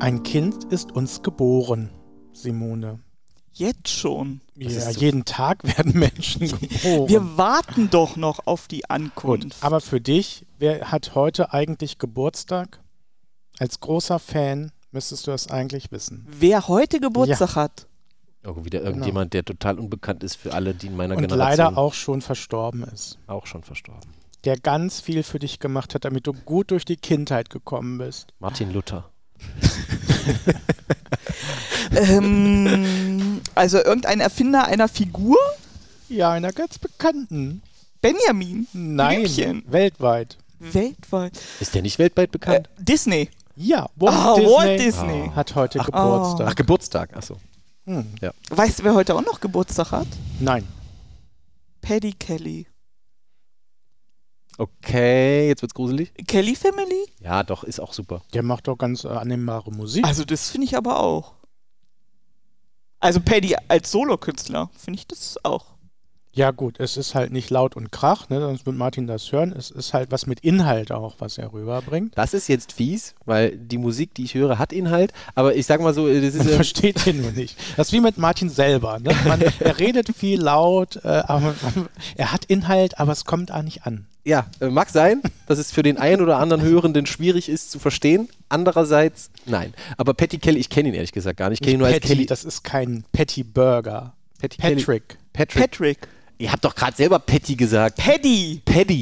Ein Kind ist uns geboren, Simone. Jetzt schon? Ja, jeden Tag werden Menschen geboren. Wir warten doch noch auf die Ankunft. Gut, aber für dich, wer hat heute eigentlich Geburtstag? Als großer Fan müsstest du das eigentlich wissen. Wer heute Geburtstag hat? Oh, wieder irgendjemand, der total unbekannt ist für alle, die in meiner Generation. Und leider auch schon verstorben ist. Auch schon verstorben. Der ganz viel für dich gemacht hat, damit du gut durch die Kindheit gekommen bist. Martin Luther. Also irgendein Erfinder einer Figur? Ja, einer ganz bekannten. Benjamin? Nein, Blümchen. Weltweit. Weltweit? Ist der nicht weltweit bekannt? Disney. Ja, Walt Disney. hat heute Geburtstag. Ach, Geburtstag, achso. Ja. Weißt du, wer heute auch noch Geburtstag hat? Nein. Paddy Kelly. Okay, jetzt wird's gruselig. Kelly Family? Ja, doch, ist auch super. Der macht doch ganz annehmbare Musik. Also das finde ich aber auch. Also Paddy als Solokünstler finde ich das auch. Ja gut, es ist halt nicht laut und Krach, ne, sonst wird Martin das hören. Es ist halt was mit Inhalt auch, was er rüberbringt. Das ist jetzt fies, weil die Musik, die ich höre, hat Inhalt. Aber ich sag mal so, das ist Man versteht den nur nicht. Das ist wie mit Martin selber. Ne? Er redet viel laut, aber er hat Inhalt, aber es kommt auch nicht an. Ja, mag sein, dass es für den einen oder anderen Hörenden schwierig ist zu verstehen. Andererseits, nein. Aber Patty Kelly, ich kenne ihn ehrlich gesagt gar nicht. Ich kenne ihn nur als Patty, Kelly. das ist kein Patty Burger. Patrick. Patrick. Ihr habt doch gerade selber Patty gesagt. Paddy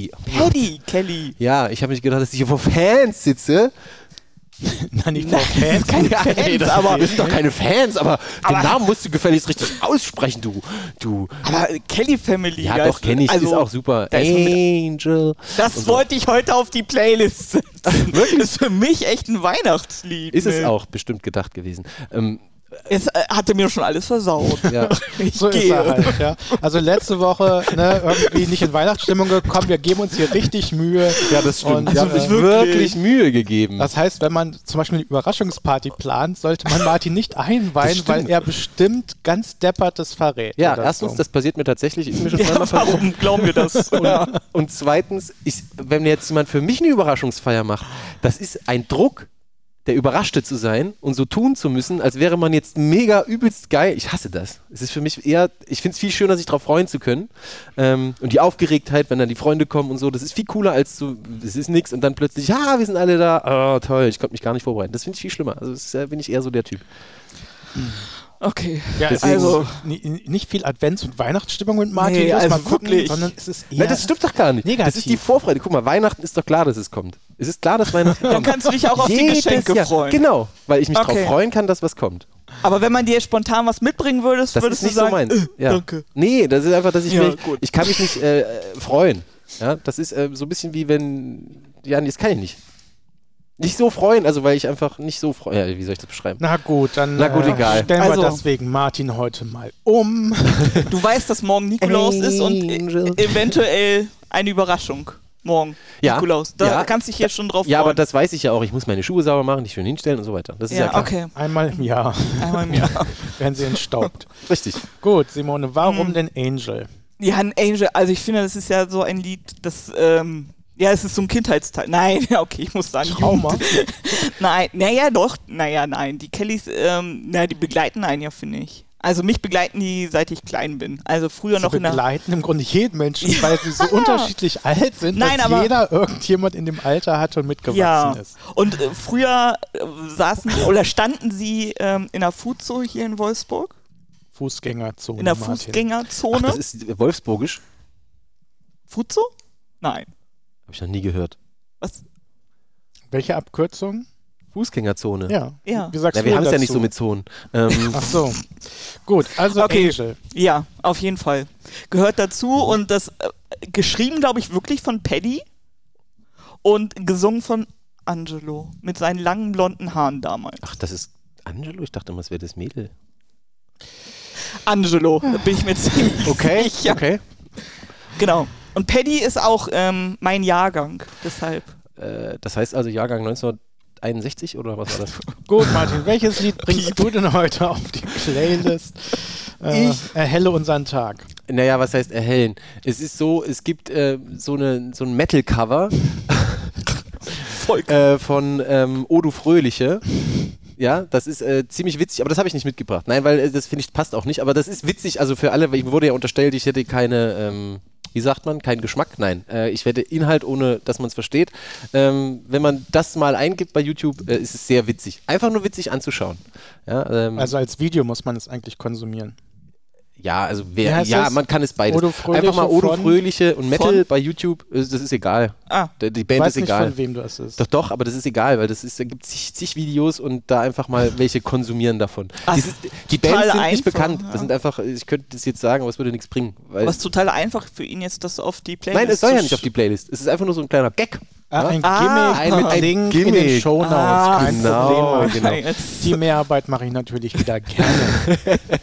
Kelly. Ja, ich habe nicht gedacht, dass ich hier vor Fans sitze. Nein, nicht vor Fans. Keine Fans, aber wir sind doch keine Fans, aber den Namen musst du gefälligst richtig aussprechen, du. Aber Kelly Family. Ja, doch, kenne ich, also, ist auch super. da ist Angel. Das wollte ich heute auf die Playlist setzen. Wirklich? Das ist für mich echt ein Weihnachtslied. Ist es auch bestimmt gedacht gewesen. Es hatte mir schon alles versaut. Ja. So ist er halt, ja. Also letzte Woche irgendwie nicht in Weihnachtsstimmung gekommen, wir geben uns hier richtig Mühe. Ja, das stimmt. Und, wir haben wirklich Mühe gegeben. Das heißt, wenn man zum Beispiel eine Überraschungsparty plant, sollte man Martin nicht einweihen, weil er bestimmt ganz Deppertes verrät. Ja, erstens, das passiert mir tatsächlich, ist mir schon zweimal passiert. Warum glauben wir das? Und zweitens, wenn jetzt jemand für mich eine Überraschungsfeier macht, das ist ein Druck, der Überraschte zu sein und so tun zu müssen, als wäre man jetzt mega übelst geil. Ich hasse das. Es ist für mich eher, ich finde es viel schöner, sich darauf freuen zu können. Und die Aufgeregtheit, wenn dann die Freunde kommen und so, das ist viel cooler als so, es ist nix und dann plötzlich, wir sind alle da, toll, ich konnte mich gar nicht vorbereiten. Das finde ich viel schlimmer. Also bin ich eher so der Typ. Okay. Ja, also nicht viel Advents- und Weihnachtsstimmung mit Martin, nee, also mal gucken, wirklich. sondern es ist eher Nein, das stimmt doch gar nicht. Negativ. Das ist die Vorfreude. Guck mal, Weihnachten ist doch klar, dass es kommt. Es ist klar, dass Weihnachten kommt. Dann kannst du dich auch auf die Geschenke freuen. Genau, weil ich mich darauf freuen kann, dass was kommt. Aber wenn man dir spontan was mitbringen würdest, das würdest ist nicht du sagen, so meins. danke. Nee, das ist einfach, dass ich ich kann mich nicht freuen. Ja, das ist so ein bisschen wie wenn, das kann ich nicht. Nicht so freuen, also weil ich einfach nicht so freue. Ja, wie soll ich das beschreiben? Na gut, dann egal. Stellen wir deswegen Martin heute mal um. Du weißt, dass morgen Nikolaus ist und eventuell eine Überraschung. Morgen, Nikolaus. Da kannst du dich jetzt schon drauf freuen. Ja, aber das weiß ich ja auch. Ich muss meine Schuhe sauber machen, die schön hinstellen und so weiter. Das ist ja klar. Okay. Einmal im Jahr. Werden sie entstaubt. Richtig. Gut, Simone, warum denn Angel? Ja, ein Angel. Also ich finde, das ist ja so ein Lied, das... es ist so ein Kindheitsteil. Nein, okay, ich muss sagen, Trauma. Nein. Die Kellys, die begleiten einen ja, finde ich. Also mich begleiten die, seit ich klein bin. Also früher sie noch in der... begleiten im Grunde jeden Menschen, weil sie so unterschiedlich alt sind, dass jeder irgendjemand in dem Alter hat und mitgewachsen ist. Und früher standen sie in der Fuzo hier in Wolfsburg. Fußgängerzone. In der Fußgängerzone. Ach, das ist wolfsburgisch? Fuzo? Nein. Habe ich noch nie gehört. Was? Welche Abkürzung? Fußgängerzone. Ja. Wie sagst du wir haben es dazu? ja nicht so mit Zonen. Ach so. Gut, also Angel. Ja, auf jeden Fall. Gehört dazu und das geschrieben, glaube ich, wirklich von Paddy und gesungen von Angelo mit seinen langen blonden Haaren damals. Ach, das ist Angelo? Ich dachte immer, es wäre das Mädel. Angelo, da bin ich mir ziemlich sicher. Okay. Genau. Und Paddy ist auch mein Jahrgang, deshalb. Das heißt also Jahrgang 1961 oder was war das? Gut, Martin, welches Lied bringst du denn heute auf die Playlist? Erhelle unseren Tag. Naja, was heißt erhellen? Es ist so, es gibt so ein Metal-Cover von Odo Fröhliche. Ja, das ist ziemlich witzig, aber das habe ich nicht mitgebracht. Nein, weil das finde ich passt auch nicht, aber das ist witzig, also für alle, mir wurde ja unterstellt, ich hätte keine, wie sagt man, keinen Geschmack. Nein, ich hätte Inhalt, ohne dass man es versteht. Wenn man das mal eingibt bei YouTube, ist es sehr witzig. Einfach nur witzig anzuschauen. Ja, also als Video muss man es eigentlich konsumieren. Ja, also man kann es beides. Odo Fröhliche einfach mal Odo Fröhliche und Metal bei YouTube, das ist egal. Die Band ist egal. Ich weiß nicht, von wem das ist. Doch, aber das ist egal, weil da gibt es zig Videos und da einfach mal welche konsumieren davon. Die Bands sind nicht bekannt. Ja. Das sind einfach, ich könnte das jetzt sagen, aber es würde nichts bringen. Was total einfach für ihn jetzt, das auf die Playlist. Nein, es soll ja nicht auf die Playlist. Es ist einfach nur so ein kleiner Gag. Ein Gimmick mit Link in den Shownotes. Kein Problem. Genau. Die Mehrarbeit mache ich natürlich wieder gerne.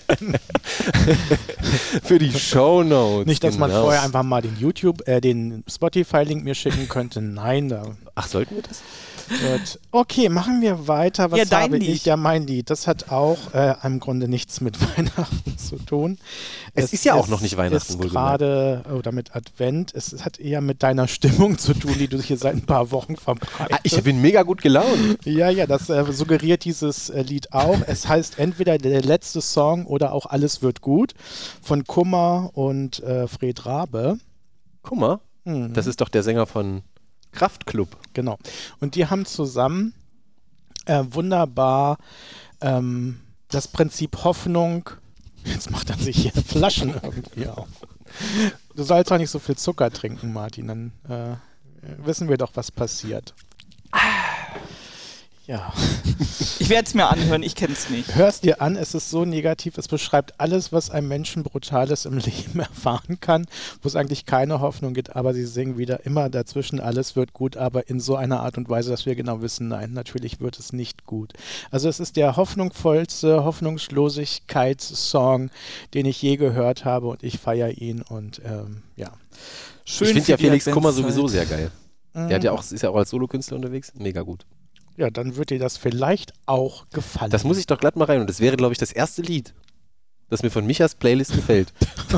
Für die Shownotes. Nicht, dass man vorher einfach mal den Spotify-Link mir schicken könnte. Nein, da. Ach, sollten wir das? Gut. Okay, machen wir weiter. Was dein habe Lied. ich? Ja, mein Lied. Das hat auch im Grunde nichts mit Weihnachten zu tun. Es ist ja auch noch nicht Weihnachten, wohlgemerkt. Gerade, oder mit Advent. Es hat eher mit deiner Stimmung zu tun, die du hier seit ein paar Wochen verbreitest. Ich bin mega gut gelaunt. Ja, das suggeriert dieses Lied auch. Es heißt entweder der letzte Song oder auch Alles wird gut von Kummer und Fred Rabe. Kummer? Das ist doch der Sänger von Kraftklub. Genau. Und die haben zusammen wunderbar das Prinzip Hoffnung. Jetzt macht er sich hier Flaschen irgendwie auf. Du sollst auch nicht so viel Zucker trinken, Martin. Dann wissen wir doch, was passiert. Ja. Ich werde es mir anhören, ich kenne es nicht. Hör es dir an, es ist so negativ, es beschreibt alles, was ein Menschen Brutales im Leben erfahren kann, wo es eigentlich keine Hoffnung gibt, aber sie singen wieder immer dazwischen, alles wird gut, aber in so einer Art und Weise, dass wir genau wissen, nein, natürlich wird es nicht gut. Also es ist der hoffnungsvollste Hoffnungslosigkeitssong, den ich je gehört habe und ich feiere ihn und ja. Schön. Ich finde ja Felix Kummer sowieso sehr geil. Der hat ist ja auch als Solokünstler unterwegs, mega gut. Ja, dann wird dir das vielleicht auch gefallen. Das muss ich doch glatt mal rein. Und das wäre, glaube ich, das erste Lied, das mir von Michas Playlist gefällt.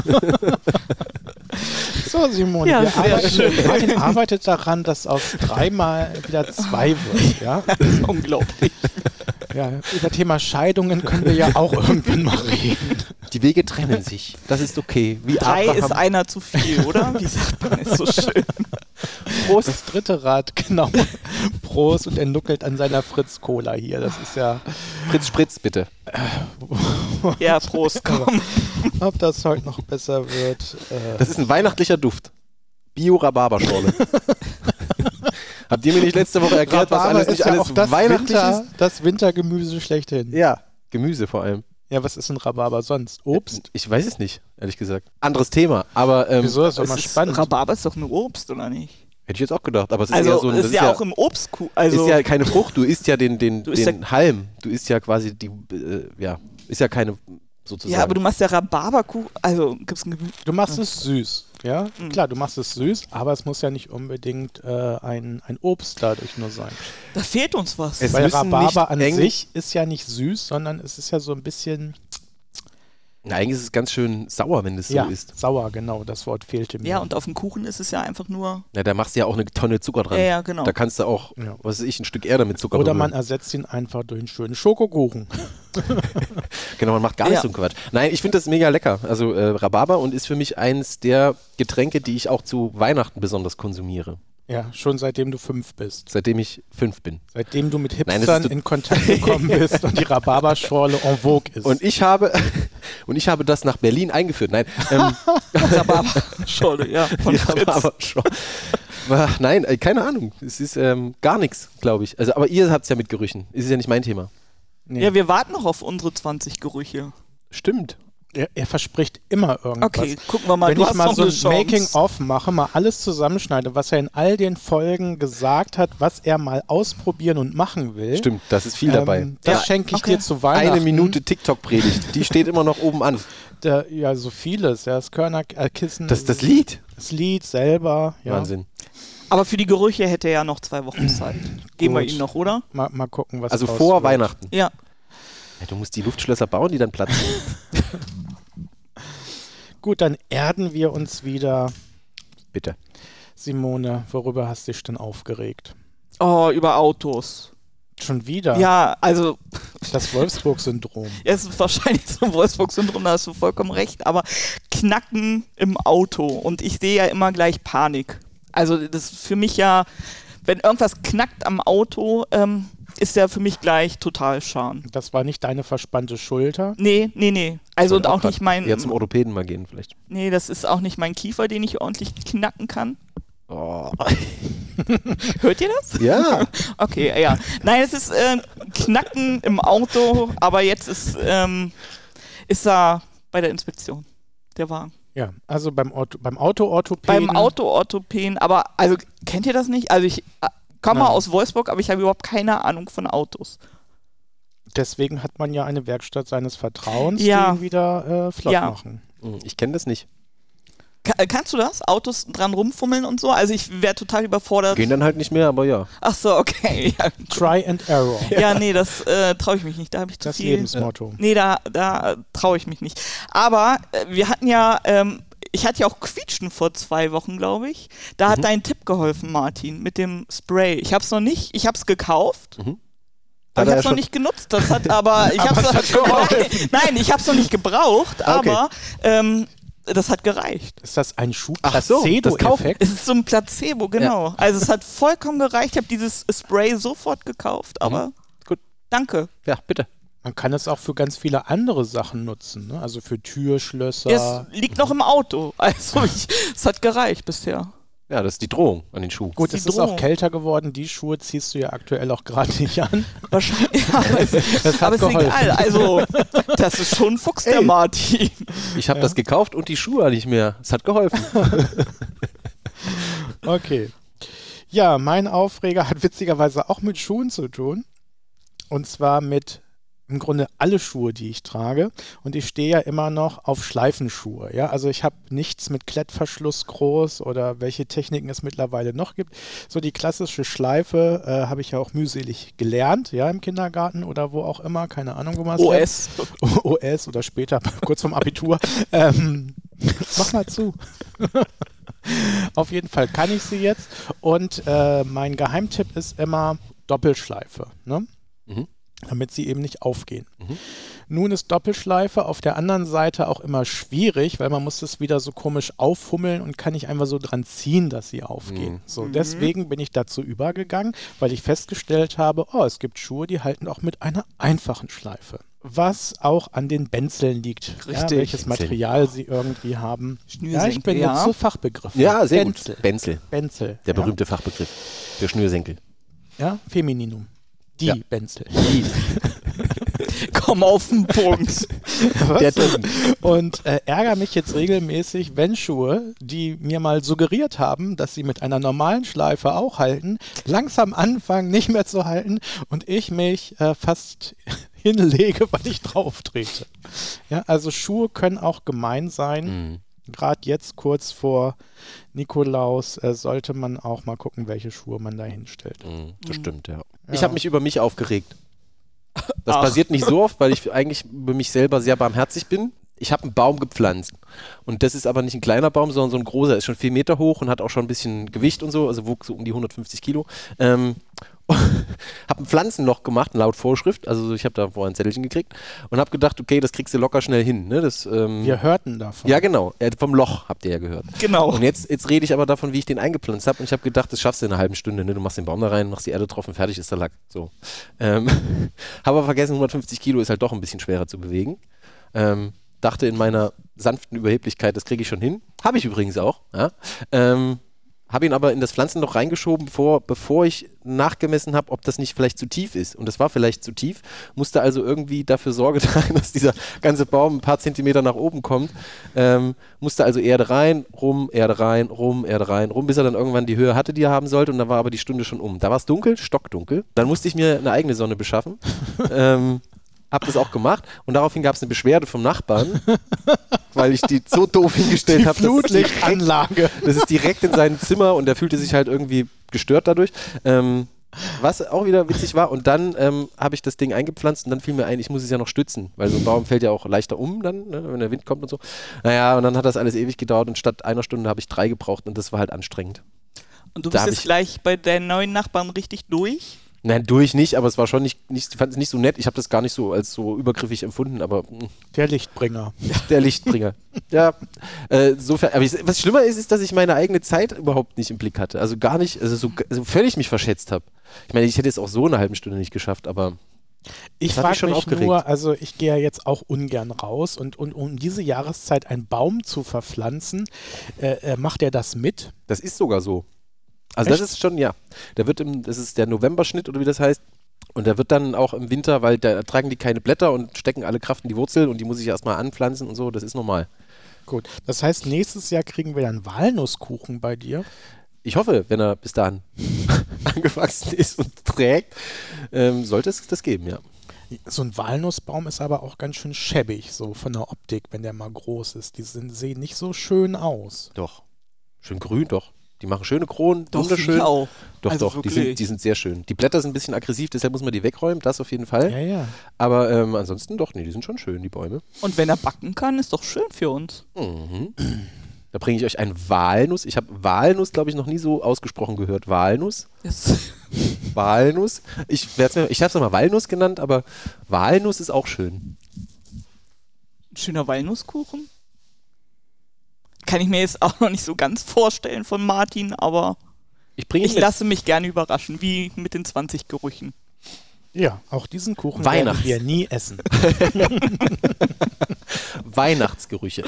So, Simon, Martin arbeitet daran, dass aus 3 mal wieder 2 wird. Ja? Das ist unglaublich. Ja, über Thema Scheidungen können wir ja auch irgendwann mal reden. Die Wege trennen sich. Das ist okay. Wie 3 Abraham. ist einer zu viel, oder? Wie sagt man, ist so schön. Prost. Das 3. Rad, genau. Prost, und er nuckelt an seiner Fritz-Cola hier. Das ist ja... Fritz Spritz, bitte. Ja, Prost, komm. Ob das heute noch besser wird. Das ist ein weihnachtlicher Duft. Bio-Rhabarberschorle. Habt ihr mir nicht letzte Woche erklärt, was alles nicht alles weihnachtlich ist? Das Wintergemüse schlechthin. Ja, Gemüse vor allem. Ja, was ist ein Rhabarber sonst? Obst? Ich weiß es nicht, ehrlich gesagt. Anderes Thema, aber... Wieso? Das ist doch mal spannend. Rhabarber ist doch nur Obst, oder nicht? Hätte ich jetzt auch gedacht, aber es ist also eher so ein... Das ist ja auch im Obstkuh. Also ist ja keine Frucht, du isst ja den Halm. Du isst ja quasi ist ja keine... Sozusagen. Ja, aber du machst ja Rhabarberkuchen, also gibt's ein Gemüse. Du machst es süß, ja? Klar, du machst es süß, aber es muss ja nicht unbedingt ein Obst dadurch nur sein. Da fehlt uns was. Weil Rhabarber an sich ist ja nicht süß, sondern es ist ja so ein bisschen... Na, eigentlich ist es ganz schön sauer, wenn es so ist. Sauer, genau, das Wort fehlte mir. Ja, und auf dem Kuchen ist es ja einfach nur... Ja, da machst du ja auch eine Tonne Zucker dran. Ja, genau. Da kannst du auch, was weiß ich, ein Stück Erde mit Zucker Oder berühren. man ersetzt ihn einfach durch einen schönen Schokokuchen. Genau, man macht gar nicht so einen Quatsch. Nein, ich finde das mega lecker. Also Rhabarber und ist für mich eins der Getränke, die ich auch zu Weihnachten besonders konsumiere. Ja, schon seitdem du 5 bist. Seitdem ich 5 bin. Seitdem du mit Hipstern in Kontakt gekommen bist und die Rhabarberschorle en vogue ist. Und ich habe das nach Berlin eingeführt. Nein. Rhabarberschorle, ja. Von Rhabarberschorle. Nein, keine Ahnung. Es ist gar nichts, glaube ich. Also, aber ihr habt es ja mit Gerüchen. Ist ja nicht mein Thema. Nee. Ja, wir warten noch auf unsere 20 Gerüche. Stimmt. Er verspricht immer irgendwas. Okay, gucken wir mal. Wenn ich mal so ein Making-of mache, mal alles zusammenschneide, was er in all den Folgen gesagt hat, was er mal ausprobieren und machen will. Stimmt, das ist viel dabei. Das schenke ich dir zu Weihnachten. 1 Minute TikTok-Predigt, die steht immer noch oben an. Ja, so vieles. Ja, das Körnerkissen. Das Lied? Das Lied selber. Ja. Wahnsinn. Aber für die Gerüche hätte er ja noch 2 Wochen Zeit. Geben wir ihn noch, oder? Mal gucken, was also vor wird. Weihnachten? Ja. Du musst die Luftschlösser bauen, die dann platzen. Gut, dann erden wir uns wieder. Bitte. Simone, worüber hast du dich denn aufgeregt? Oh, über Autos. Schon wieder? Ja, also Das Wolfsburg-Syndrom. Ja, es ist wahrscheinlich so ein Wolfsburg-Syndrom, da hast du vollkommen recht, aber Knacken im Auto und ich sehe ja immer gleich Panik. Also das ist für mich ja, wenn irgendwas knackt am Auto, ist ja für mich gleich total Scham. Das war nicht deine verspannte Schulter? Nee. Also und auch nicht mein... Ja, zum Orthopäden mal gehen vielleicht. Nee, das ist auch nicht mein Kiefer, den ich ordentlich knacken kann. Oh. Hört ihr das? Ja. Okay, ja. Nein, es ist Knacken im Auto, aber jetzt ist er bei der Inspektion, der Wagen. Ja, also beim Autoorthopäden. Beim Autoorthopäden, aber also kennt ihr das nicht? Also ich komme aus Wolfsburg, aber ich habe überhaupt keine Ahnung von Autos. Deswegen hat man ja eine Werkstatt seines Vertrauens, Ja. die ihn wieder flott machen. Ich kenne das nicht. Kannst du das? Autos dran rumfummeln und so? Also ich wäre total überfordert. Gehen dann halt nicht mehr, aber ja. Ach so, okay. Ja, Try and Error. ja nee, das traue ich mich nicht. Da habe ich zu Das viel. Lebensmotto. Nee, da traue ich mich nicht. Aber wir hatten ja, ich hatte ja auch Quietschen vor 2 Wochen, glaube ich. Da hat dein Tipp geholfen, Martin, mit dem Spray. Ich habe es noch nicht, ich habe es gekauft. Aber ich habe es noch nicht genutzt. Das hat aber, ich habe nein, ich habe es noch nicht gebraucht, aber das hat gereicht. Ist das ein Ach so, das kaufen. Schuh-Placebo-Effekt? Es ist so ein Placebo, genau. Also es hat vollkommen gereicht. Ich habe dieses Spray sofort gekauft, aber Gut. Danke. Ja, bitte. Man kann es auch für ganz viele andere Sachen nutzen, ne? Also für Türschlösser. Es liegt noch im Auto. Also es hat gereicht bisher. Ja, das ist die Drohung an den Schuh. Gut, die es ist auch Drohung. kälter geworden. Die Schuhe ziehst du ja aktuell auch gerade nicht an. Wahrscheinlich. Ja, aber Das hat aber ist geholfen. egal. Also das ist schon ein Fuchs, der Martin. Ich habe das gekauft und die Schuhe nicht mehr. Es hat geholfen. Okay. Ja, mein Aufreger hat witzigerweise auch mit Schuhen zu tun. Und zwar mit im Grunde alle Schuhe, die ich trage. Und ich stehe ja immer noch auf Schleifenschuhe. Ja? Also ich habe nichts mit Klettverschluss groß oder welche Techniken es mittlerweile noch gibt. So die klassische Schleife habe ich ja auch mühselig gelernt, ja, im Kindergarten oder wo auch immer. Keine Ahnung, wo man es lernt. OS oder später, kurz vorm Abitur. Mach mal zu. Auf jeden Fall kann ich sie jetzt. Und mein Geheimtipp ist immer Doppelschleife, ne? Damit sie eben nicht aufgehen. Nun ist Doppelschleife auf der anderen Seite auch immer schwierig, weil man muss es wieder so komisch auffummeln und kann nicht einfach so dran ziehen, dass sie aufgehen. So, deswegen bin ich dazu übergegangen, weil ich festgestellt habe, es gibt Schuhe, die halten auch mit einer einfachen Schleife. Was auch an den Benzeln liegt. Ja, Richtig. welches Material sie irgendwie haben. Ja, ich Schnürsenkel, benutze Fachbegriffe. Ja, sehr Benzel. gut. Benzel, Benzel. der berühmte Fachbegriff für Schnürsenkel. Ja, Femininum. Die Ja. Benzel. Komm auf den Punkt. Der Typ. Und ärgere mich jetzt regelmäßig, wenn Schuhe, die mir mal suggeriert haben, dass sie mit einer normalen Schleife auch halten, langsam anfangen, nicht mehr zu halten und ich mich fast hinlege, weil ich drauf trete. Ja, also Schuhe können auch gemein sein. Gerade jetzt kurz vor Nikolaus sollte man auch mal gucken, welche Schuhe man da hinstellt. Das stimmt, ja. Ich habe mich über mich aufgeregt. Das passiert nicht so oft, weil ich eigentlich über mich selber sehr barmherzig bin. Ich habe einen Baum gepflanzt und das ist aber nicht ein kleiner Baum, sondern so ein großer, ist schon 4 Meter hoch und hat auch schon ein bisschen Gewicht und so, also wog so um die 150 Kilo. Habe ein Pflanzenloch gemacht, laut Vorschrift, also ich habe da vorher ein Zettelchen gekriegt und habe gedacht, okay, das kriegst du locker schnell hin. Ne? Das, Wir hörten davon. ja, genau, vom Loch habt ihr ja gehört. Genau. Und jetzt rede ich aber davon, wie ich den eingepflanzt habe und ich habe gedacht, das schaffst du in einer halben Stunde. Ne? Du machst den Baum da rein, machst die Erde drauf und fertig ist der Lack. So. Habe aber vergessen, 150 Kilo ist halt doch ein bisschen schwerer zu bewegen. Dachte in meiner sanften Überheblichkeit, das kriege ich schon hin. Habe ich übrigens auch. Ja? Habe ihn aber in das Pflanzenloch reingeschoben, bevor ich nachgemessen habe, ob das nicht vielleicht zu tief ist. Und das war vielleicht zu tief. Musste also irgendwie dafür Sorge tragen, dass dieser ganze Baum ein paar Zentimeter nach oben kommt. Musste also Erde rein, rum, bis er dann irgendwann die Höhe hatte, die er haben sollte. Und dann war aber die Stunde schon um. Da war es dunkel, stockdunkel. Dann musste ich mir eine eigene Sonne beschaffen. Hab das auch gemacht und daraufhin gab es eine Beschwerde vom Nachbarn, weil ich die so doof hingestellt habe. Flutlichtanlage. Das ist direkt in seinem Zimmer und er fühlte sich halt irgendwie gestört dadurch. Was auch wieder witzig war. Und dann habe ich das Ding eingepflanzt und dann fiel mir ein, ich muss es ja noch stützen, weil so ein Baum fällt ja auch leichter um dann, ne, wenn der Wind kommt und so. Naja, und dann hat das alles ewig gedauert und statt einer Stunde habe ich 3 gebraucht und das war halt anstrengend. Und du bist jetzt gleich bei deinen neuen Nachbarn richtig durch? Nein, durch nicht, aber es war schon nicht ich fand es nicht so nett. Ich habe das gar nicht so als so übergriffig empfunden, aber Der Lichtbringer. der Lichtbringer. Ja, sofern. Aber was schlimmer ist, dass ich meine eigene Zeit überhaupt nicht im Blick hatte. Also gar nicht, also völlig mich verschätzt habe. Ich meine, ich hätte es auch so eine halbe Stunde nicht geschafft, aber Ich Das hat mich frage schon mich aufgeregt. nur, also ich gehe ja jetzt auch ungern raus und um diese Jahreszeit einen Baum zu verpflanzen, macht er das mit? das ist sogar so. Also Echt? das ist schon, ja. Das ist der Novemberschnitt oder wie das heißt. Und der wird dann auch im Winter, weil da tragen die keine Blätter und stecken alle Kraft in die Wurzel und die muss ich erstmal anpflanzen und so, das ist normal. Gut, das heißt, nächstes Jahr kriegen wir dann Walnusskuchen bei dir. Ich hoffe, wenn er bis dahin angewachsen ist und trägt, sollte es das geben, ja. So ein Walnussbaum ist aber auch ganz schön schäbig, so von der Optik, wenn der mal groß ist. Die sehen nicht so schön aus. Doch. Schön grün, doch. Die machen schöne Kronen, Doch, finde wunderschön. ich auch. Doch, Also doch, die wirklich. sind sehr schön. Die Blätter sind ein bisschen aggressiv, deshalb muss man die wegräumen, das auf jeden Fall. Ja, ja. Aber ansonsten doch, nee, die sind schon schön, die Bäume. Und wenn er backen kann, ist doch schön für uns. Mhm. Da bringe ich euch ein Walnuss. Ich habe Walnuss, glaube ich, noch nie so ausgesprochen gehört. Walnuss. Walnuss. Ich habe es mal Walnuss genannt, aber Walnuss ist auch schön. Ein schöner Walnusskuchen. Kann ich mir jetzt auch noch nicht so ganz vorstellen von Martin, aber Ich bringe ich ihn lasse mich gerne überraschen, wie mit den 20 Gerüchen. Ja, auch diesen Kuchen werden Weihnachts. wir nie essen. Weihnachtsgerüche.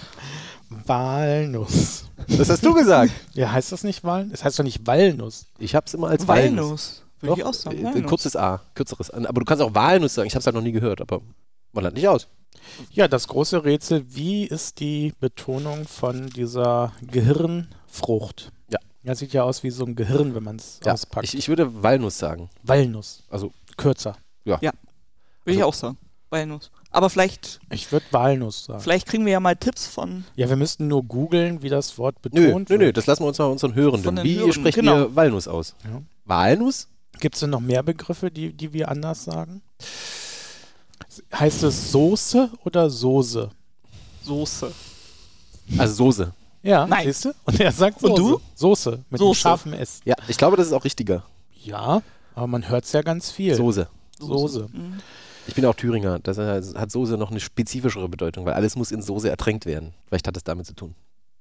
Walnuss. Das hast du gesagt. Ja, heißt das nicht Walnuss? Es heißt doch nicht Walnuss. Ich habe es immer als Walnuss. Walnuss. Würde ich auch sagen. Ein Walnuss. kurzes A, kürzeres. Aber du kannst auch Walnuss sagen. Ich habe es halt noch nie gehört, aber man lernt nicht aus. Ja, das große Rätsel, wie ist die Betonung von dieser Gehirnfrucht? Ja. Das sieht ja aus wie so ein Gehirn, wenn man es Ja, auspackt. ich würde Walnuss sagen. Walnuss. Also Kürzer. Würde ich auch sagen. Walnuss. Aber vielleicht Ich würde Walnuss sagen. kriegen wir ja mal Tipps von. Ja, wir müssten nur googeln, wie das Wort betont Nö, wird. das lassen wir uns mal unseren Hörenden. Von den Wie Hörenden, sprechen genau. wir Walnuss aus? Ja. Walnuss? Gibt es denn noch mehr Begriffe, die wir anders sagen? Heißt es Soße oder Soße? Soße. Also Soße. Ja, Nein. siehst du? Und er sagt Soße. Und du? Soße mit einem Soße. scharfen S. Ja, ich glaube, das ist auch richtiger. Ja, aber man hört es ja ganz viel. Soße. Soße. Mhm. Ich bin auch Thüringer. Das hat Soße noch eine spezifischere Bedeutung, weil alles muss in Soße ertränkt werden. Vielleicht hat das damit zu tun.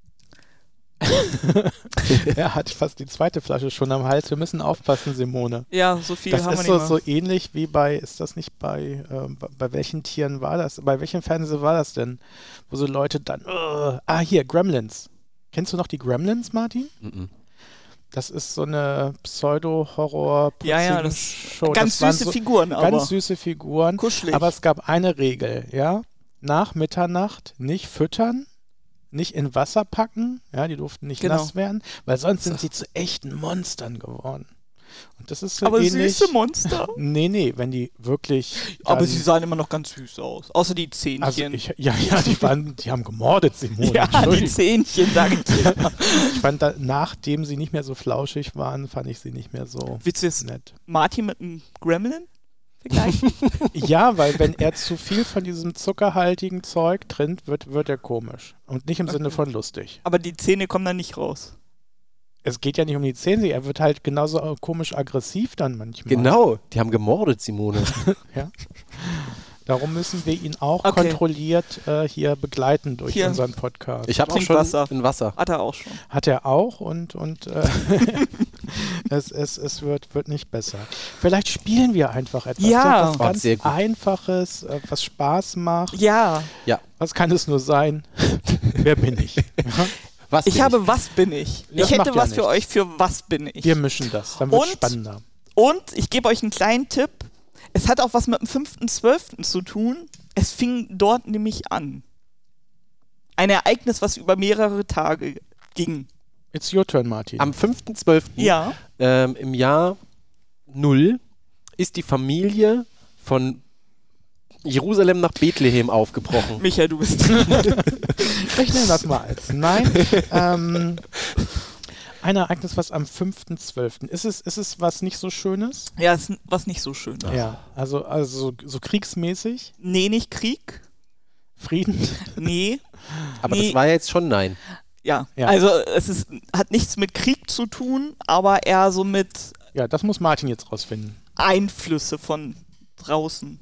Er hat fast die zweite Flasche schon am Hals. Wir müssen aufpassen, Simone. Ja, so viel Das haben wir ist nicht so mehr. ähnlich wie ist das nicht bei welchen Tieren war das? Bei welchem Fernsehen war das denn? Wo so Leute dann, hier, Gremlins. Kennst du noch die Gremlins, Martin? Mhm. Das ist so eine Pseudo-Horror- Ja, das Show. ganz Das waren süße so Figuren, aber Ganz süße Figuren. kuschelig. Aber es gab eine Regel, ja. Nach Mitternacht nicht füttern, nicht in Wasser packen, ja, die durften nicht Genau. nass werden, weil sonst sind sie zu echten Monstern geworden. Und das ist so aber ähnlich. süße Monster. Nee, wenn die wirklich. Aber dann- sie sahen immer noch ganz süß aus. Außer die Zähnchen. Also die haben gemordet, Simone. ja, die Entschuldigung. Zähnchen, sag ich dir. Ich fand, nachdem sie nicht mehr so flauschig waren, fand ich sie nicht mehr so Willst du jetzt nett. Martin mit einem Gremlin vergleichen? Ja, weil wenn er zu viel von diesem zuckerhaltigen Zeug trinkt, wird er komisch. Und nicht im Sinne von lustig. Aber die Zähne kommen dann nicht raus. Es geht ja nicht um die Zähne, er wird halt genauso komisch aggressiv dann manchmal. Genau, die haben gemordet, Simone. Ja. Darum müssen wir ihn auch Okay. kontrolliert hier begleiten durch Hier. unseren Podcast. Ich habe auch Trink schon Wasser. ein Wasser. Hat er auch schon. Hat er auch und es wird nicht besser. Vielleicht spielen wir einfach etwas. Ja. Was Oh, ganz sehr gut. Einfaches, was Spaß macht. Ja, Was kann es nur sein? Wer bin ich? Ja? Was ich bin habe Was bin ich? Das Ich macht hätte ja was für nichts. euch für Was bin ich. Wir mischen das, dann wird es Und? spannender. Und ich gebe euch einen kleinen Tipp. Es hat auch was mit dem 5.12. zu tun. Es fing dort nämlich an. Ein Ereignis, was über mehrere Tage ging. It's your turn, Martin. Am 5.12. Ja. Im Jahr 0 ist die Familie von Jerusalem nach Bethlehem aufgebrochen. Michael, du bist. Rechnen das mal als. Nein. Ein Ereignis, was am 5.12. Ist es was nicht so Schönes? Ja, ist was nicht so schön. Ja. Also so kriegsmäßig? Nee, nicht Krieg. Frieden? Nee. Aber Nee. das war jetzt schon nein. Ja. Ja. Also hat nichts mit Krieg zu tun, aber eher so mit. Ja, das muss Martin jetzt rausfinden. Einflüsse von draußen.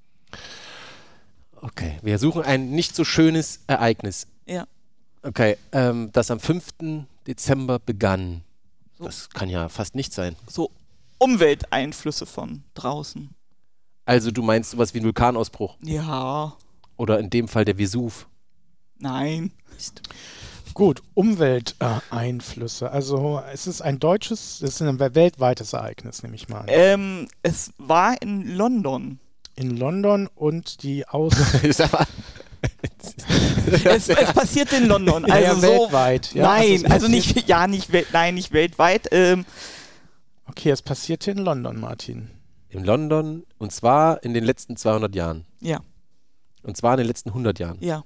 Okay, wir suchen ein nicht so schönes Ereignis. Ja. Okay, das am 5. Dezember begann. So. Das kann ja fast nicht sein. So Umwelteinflüsse von draußen. Also du meinst sowas wie ein Vulkanausbruch? Ja. Oder in dem Fall der Vesuv? Nein. Gut, Umwelteinflüsse. Also es ist ein weltweites Ereignis, nehme ich mal an. Es war in London. In London und die Es passiert in London. Also ja, so weltweit. Ja, nein, also nicht weltweit. Okay, es passierte in London, Martin. In London, und zwar in den letzten 200 Jahren. Ja. Und zwar in den letzten 100 Jahren. Ja.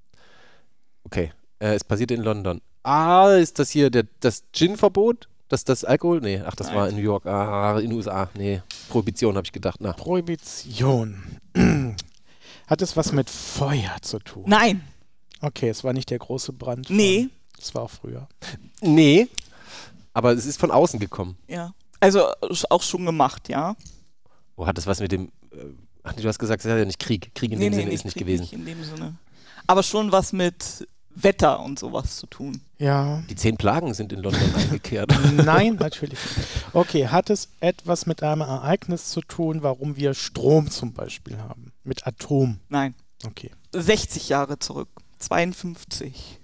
Okay, es passierte in London. Ist das hier das Gin-Verbot? Das Alkohol? Nee, das Nein. war in New York. In den USA. Nee, Prohibition habe ich gedacht. Prohibition. Hat es was mit Feuer zu tun? Nein. Okay, es war nicht der große Brand. Nee. Es war auch früher. Nee, aber es ist von außen gekommen. Ja. Also auch schon gemacht, ja. Hat das was mit dem... du hast gesagt, es ist ja nicht Krieg. Krieg in dem Sinne ist nicht Krieg gewesen. Nicht in dem Sinne. Aber schon was mit Wetter und sowas zu tun. Ja. Die 10 Plagen sind in London eingekehrt. Nein, natürlich nicht. Okay, hat es etwas mit einem Ereignis zu tun, warum wir Strom zum Beispiel haben? Mit Atom? Nein. Okay. 60 Jahre zurück. 52.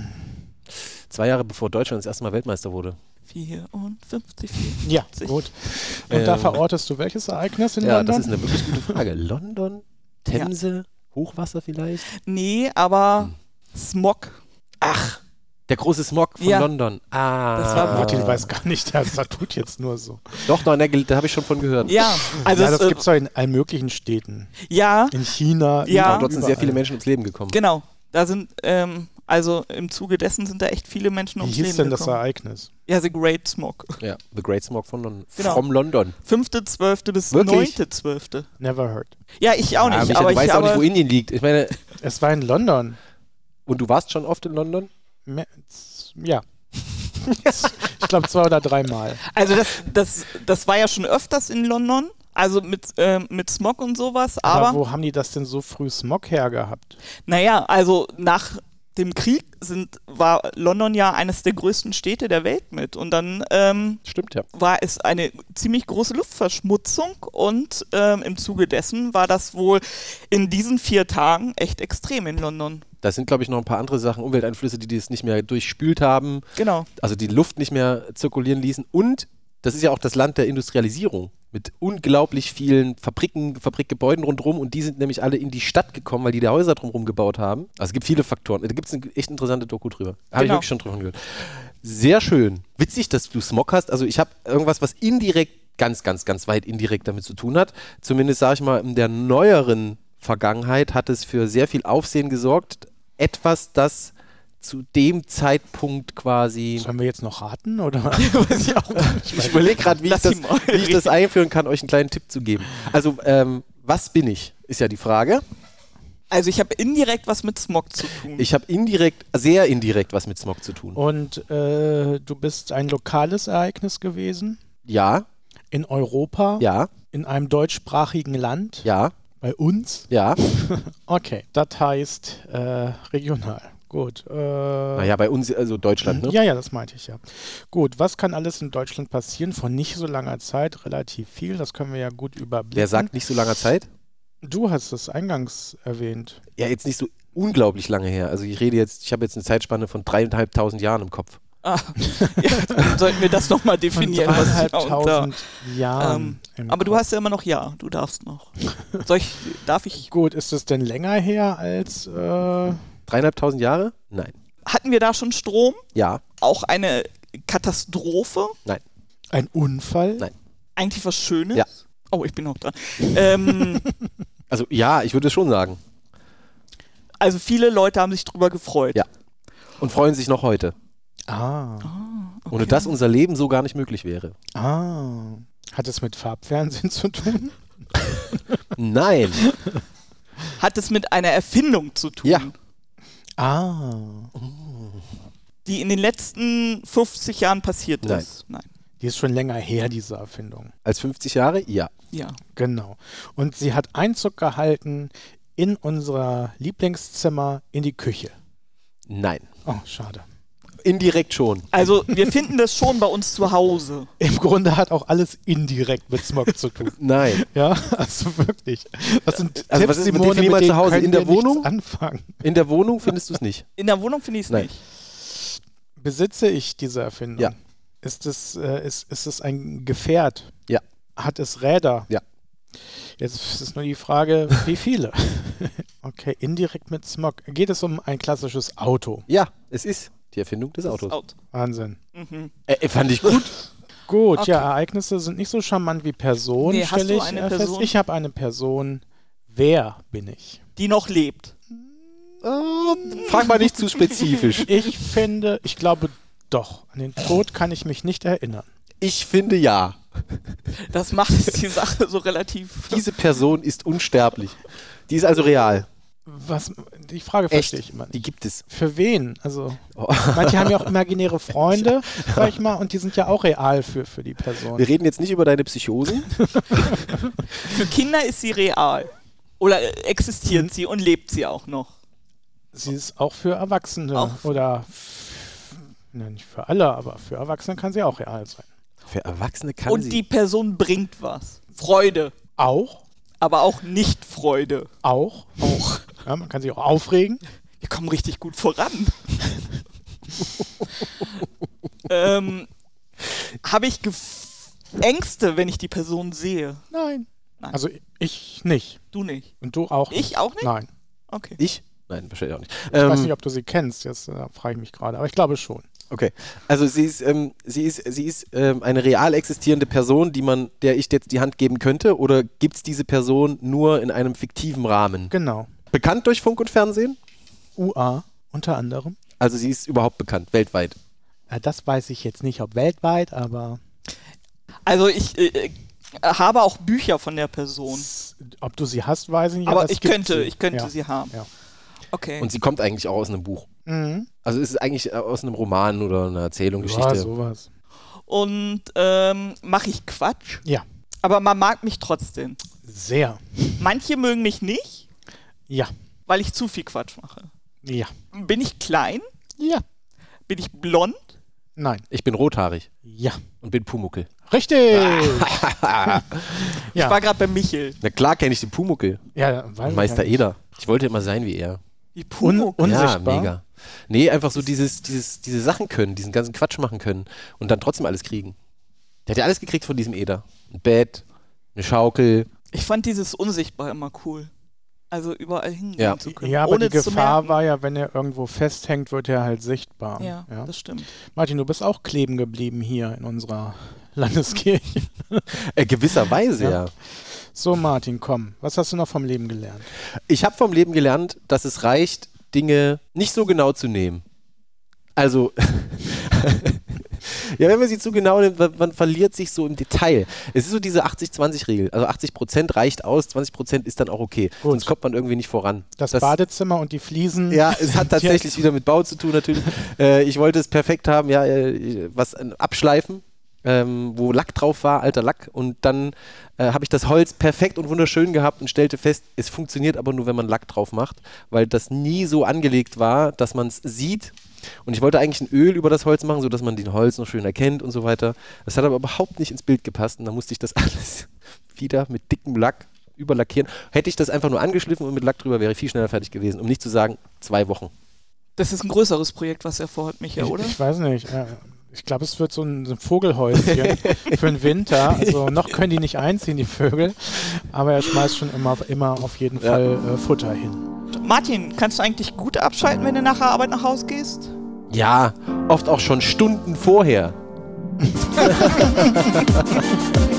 2 Jahre bevor Deutschland das erste Mal Weltmeister wurde. 54. Ja, gut. Und da verortest du welches Ereignis in London? Das ist eine wirklich gute Frage. London? Themse? Hochwasser vielleicht? Nee, aber Smog. Ach, der große Smog von London. Das war Martin weiß gar nicht, das tut jetzt nur so. Doch, da habe ich schon von gehört. Ja, also ja, das gibt es doch in allen möglichen Städten. Ja. In China. Ja. Aber dort sind sehr viele Menschen ums Leben gekommen. Genau. Da sind, also im Zuge dessen sind da echt viele Menschen ums Leben gekommen. Wie hieß denn das Ereignis? Ja, The Great Smog. Ja, The Great Smog von London. Genau. From London. 5.12. bis Wirklich? 9.12. Never heard. Ja, ich auch nicht. Aber du weißt auch nicht, wo Indien liegt. Ich meine, es war in London. Und du warst schon oft in London? Ja. Ich glaube 2 oder 3 Mal. Also das war ja schon öfters in London. Also mit Smog und sowas. Aber wo haben die das denn so früh Smog hergehabt? Naja, also nach dem Krieg war London ja eines der größten Städte der Welt mit. Und dann Stimmt, ja. war es eine ziemlich große Luftverschmutzung und im Zuge dessen war das wohl in diesen 4 Tagen echt extrem in London. Da sind, glaube ich, noch ein paar andere Sachen, Umwelteinflüsse, die das nicht mehr durchspült haben. Genau. Also die Luft nicht mehr zirkulieren ließen. Und das ist ja auch das Land der Industrialisierung mit unglaublich vielen Fabrikgebäuden rundherum. Und die sind nämlich alle in die Stadt gekommen, weil die da Häuser drumherum gebaut haben. Also es gibt viele Faktoren. Da gibt es eine echt interessante Doku drüber. Habe ich wirklich schon drüber gehört. Sehr schön. Witzig, dass du Smog hast. Also ich habe irgendwas, was indirekt, ganz, ganz, ganz weit indirekt damit zu tun hat. Zumindest, sage ich mal, in der neueren Vergangenheit hat es für sehr viel Aufsehen gesorgt. Etwas, das zu dem Zeitpunkt quasi... Sollen wir jetzt noch raten? Oder? Ich überlege gerade, wie ich das einführen kann, euch einen kleinen Tipp zu geben. Also, was bin ich, ist ja die Frage. Also ich habe indirekt was mit Smog zu tun. Ich habe sehr indirekt was mit Smog zu tun. Und du bist ein lokales Ereignis gewesen? Ja. In Europa? Ja. In einem deutschsprachigen Land? Ja. Bei uns? Ja. Okay, das heißt regional. Gut. Naja, bei uns, also Deutschland, ne? Ja, das meinte ich ja. Gut, was kann alles in Deutschland passieren? Vor nicht so langer Zeit relativ viel, das können wir ja gut überblicken. Wer sagt nicht so langer Zeit? Du hast es eingangs erwähnt. Ja, jetzt nicht so unglaublich lange her. Also ich habe jetzt eine Zeitspanne von 3.500 Jahren im Kopf. Ja, dann sollten wir das nochmal definieren. 3.500 Jahren. Aber du hast ja immer noch du darfst noch. Darf ich? Gut, ist es denn länger her als... 3.500 Jahre? Nein. Hatten wir da schon Strom? Ja. Auch eine Katastrophe? Nein. Ein Unfall? Nein. Eigentlich was Schönes? Ja. Oh, ich bin noch dran. Also ja, ich würde es schon sagen. Also viele Leute haben sich drüber gefreut. Ja. Und freuen sich noch heute. Okay. Ohne das unser Leben so gar nicht möglich wäre. Hat es mit Farbfernsehen zu tun? Nein. Hat es mit einer Erfindung zu tun? Ja. Die in den letzten 50 Jahren passiert ist? Nein. Die ist schon länger her, diese Erfindung. Als 50 Jahre? Ja. Ja. Genau. Und sie hat Einzug gehalten in unser Lieblingszimmer, in die Küche. Nein. Oh, schade. Indirekt schon. Also wir finden das schon bei uns zu Hause. Im Grunde hat auch alles indirekt mit Smog zu tun. Nein. Ja, also wirklich. Das sind Also was ist mit definier mal zu Hause? In der Wohnung? Anfangen. In der Wohnung findest du es nicht? In der Wohnung finde ich es Nein. nicht. Besitze ich diese Erfindung? Ja. Ist es ein Gefährt? Ja. Hat es Räder? Ja. Jetzt ist nur die Frage, wie viele? Okay, indirekt mit Smog. Geht es um ein klassisches Auto? Ja, es ist die Erfindung des Das Autos. Auto. Wahnsinn. Mhm. Fand ich gut. Gut, Okay. ja, Ereignisse sind nicht so charmant wie Personen, Nee, hast stelle du ich eine fest. Person? Ich habe eine Person. Wer bin ich? Die noch lebt. Frag mal nicht zu spezifisch. Ich glaube doch. An den Tod kann ich mich nicht erinnern. Ich finde ja. Das macht die Sache so relativ. Diese Person ist unsterblich. Die ist also real. Die Frage verstehe ich immer Die nicht. gibt es. Für wen? Also, Oh. manche haben ja auch imaginäre Freunde, sag ich mal, und die sind ja auch real für die Person. Wir reden jetzt nicht über deine Psychosen. Für Kinder ist sie real. Oder existiert sie und lebt sie auch noch. Sie ist auch für Erwachsene Auch. oder nicht für alle, aber für Erwachsene kann sie auch real sein. Für Erwachsene kann Und sie. die Person bringt was. Freude. Auch. Aber auch nicht Freude. Auch. Ja, man kann sich auch aufregen. Wir kommen richtig gut voran. Habe ich Ängste, wenn ich die Person sehe? Nein. Nein. Also ich nicht. Du nicht. Und du auch nicht. Ich auch nicht? Nein. Okay. Ich? Nein, wahrscheinlich auch nicht. Ich weiß nicht, ob du sie kennst. Jetzt frage ich mich gerade. Aber ich glaube schon. Okay. Also sie ist eine real existierende Person, der ich jetzt die Hand geben könnte, oder gibt es diese Person nur in einem fiktiven Rahmen? Genau. Bekannt durch Funk und Fernsehen? UA unter anderem. Also sie ist überhaupt bekannt, weltweit. Das weiß ich jetzt nicht, ob weltweit, aber Also ich habe auch Bücher von der Person. ob du sie hast, weiß ich nicht. Aber es ich gibt könnte Ja. sie haben. Ja. Okay. Und sie kommt eigentlich auch aus einem Buch. Mhm. Also es ist eigentlich aus einem Roman oder einer Erzählung, Ja, Geschichte. sowas. Und mache ich Quatsch? Ja, Aber man mag mich trotzdem. sehr. Manche mögen mich nicht, Ja, weil ich zu viel Quatsch mache. ja, Bin ich klein? ja. Bin ich blond? Nein, Ich bin rothaarig ja. und bin Pumuckel. Richtig! Ich war gerade bei Michel. Na klar kenne ich den Pumuckel. Ja, weiß ich Meister ja nicht. Eder. Ich wollte immer sein wie er. Die Pumuckl. Unsichtbar? Ja, mega. Nee, einfach so diese Sachen können, diesen ganzen Quatsch machen können und dann trotzdem alles kriegen. Der hat ja alles gekriegt von diesem Eder. Ein Bett, eine Schaukel. Ich fand dieses Unsichtbar immer cool. Also überall hingehen Ja. zu können. Ja, aber ohne die es zu Gefahr merken. war ja, wenn er irgendwo festhängt, wird er halt sichtbar. Ja, das stimmt. Martin, du bist auch kleben geblieben hier in unserer Landeskirche. Gewisserweise, Ja. ja. So, Martin, komm. Was hast du noch vom Leben gelernt? Ich habe vom Leben gelernt, dass es reicht, Dinge nicht so genau zu nehmen. Also, ja, wenn man sie zu genau nimmt, man verliert sich so im Detail. Es ist so diese 80-20-Regel. Also 80% reicht aus, 20% ist dann auch okay. Gut. Sonst kommt man irgendwie nicht voran. Das Badezimmer und die Fliesen. Ja, es hat tatsächlich wieder mit Bau zu tun natürlich. Ich wollte es perfekt haben, ja, abschleifen, wo Lack drauf war, alter Lack. Und dann habe ich das Holz perfekt und wunderschön gehabt und stellte fest, es funktioniert aber nur, wenn man Lack drauf macht, weil das nie so angelegt war, dass man es sieht. Und ich wollte eigentlich ein Öl über das Holz machen, sodass man den Holz noch schön erkennt und so weiter. Das hat aber überhaupt nicht ins Bild gepasst und dann musste ich das alles wieder mit dickem Lack überlackieren. Hätte ich das einfach nur angeschliffen und mit Lack drüber, wäre ich viel schneller fertig gewesen, um nicht zu sagen 2 Wochen. Das ist ein größeres Projekt, was er vorhat, Michael, oder? Ich weiß nicht. Ich glaube, es wird so ein Vogelhäuschen für den Winter. Also noch können die nicht einziehen, die Vögel. Aber er schmeißt schon immer auf jeden Fall Futter hin. Martin, kannst du eigentlich gut abschalten, wenn du nach der Arbeit nach Hause gehst? Ja, oft auch schon Stunden vorher.